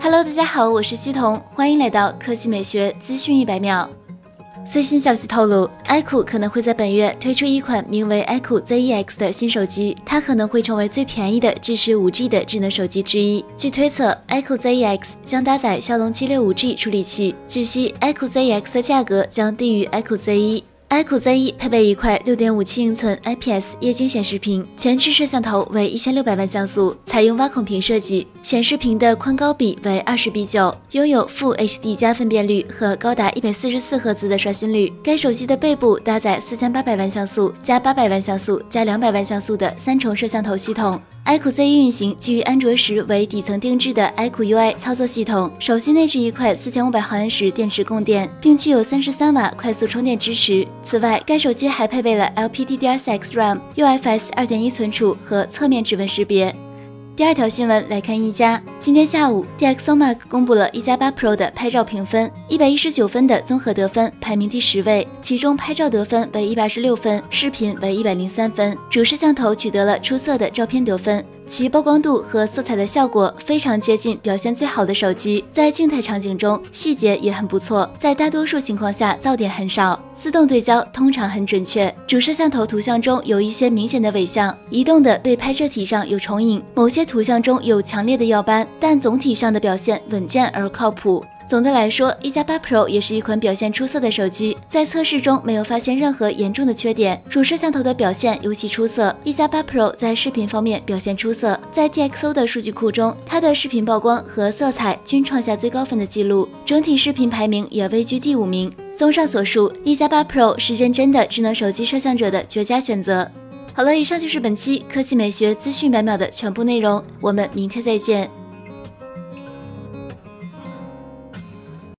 Hello， 大家好，我是西彤，欢迎来到科技美学资讯100秒。最新消息透露 ，iQOO 可能会在本月推出一款名为 iQOO ZEX 的新手机，它可能会成为最便宜的支持 5G 的智能手机之一。据推测 ，iQOO ZEX 将搭载骁龙765 G 处理器。据悉 ，iQOO ZEX 的价格将低于 iQOO Z1。iQOO Z1 配备一块 6.57 英寸 IPS 液晶显示屏，前置摄像头为1600万像素，采用挖孔屏设计，显示屏的宽高比为20:9，拥有Full HD+ 分辨率和高达144赫兹的刷新率。该手机的背部搭载4800万像素加800万像素加200万像素的3重摄像头系统。iQOO Z1 运行基于安卓10为底层定制的 iQOO UI 操作系统，手机内置一块4500毫安时电池供电，并具有33瓦快速充电支持。此外，该手机还配备了 LPDDR4X RAM、UFS 2.1 存储和侧面指纹识别。第二条新闻来看一加。今天下午 ，DxOMark 公布了一加8 Pro 的拍照评分，119分的综合得分排名第10位，其中拍照得分为126分，视频为103分，主摄像头取得了出色的照片得分。其曝光度和色彩的效果非常接近表现最好的手机，在静态场景中细节也很不错，在大多数情况下噪点很少，自动对焦通常很准确。主摄像头图像中有一些明显的伪像，移动的被拍摄体上有重影，某些图像中有强烈的耀斑，但总体上的表现稳健而靠谱。总的来说，一加8 Pro 也是一款表现出色的手机，在测试中没有发现任何严重的缺点，主摄像头的表现尤其出色。一加8 Pro 在视频方面表现出色，在 DxO 的数据库中，它的视频曝光和色彩均创下最高分的记录，整体视频排名也位居第5名。综上所述，一加8 Pro 是认真的智能手机摄像者的绝佳选择。好了，以上就是本期科技美学资讯100秒的全部内容，我们明天再见。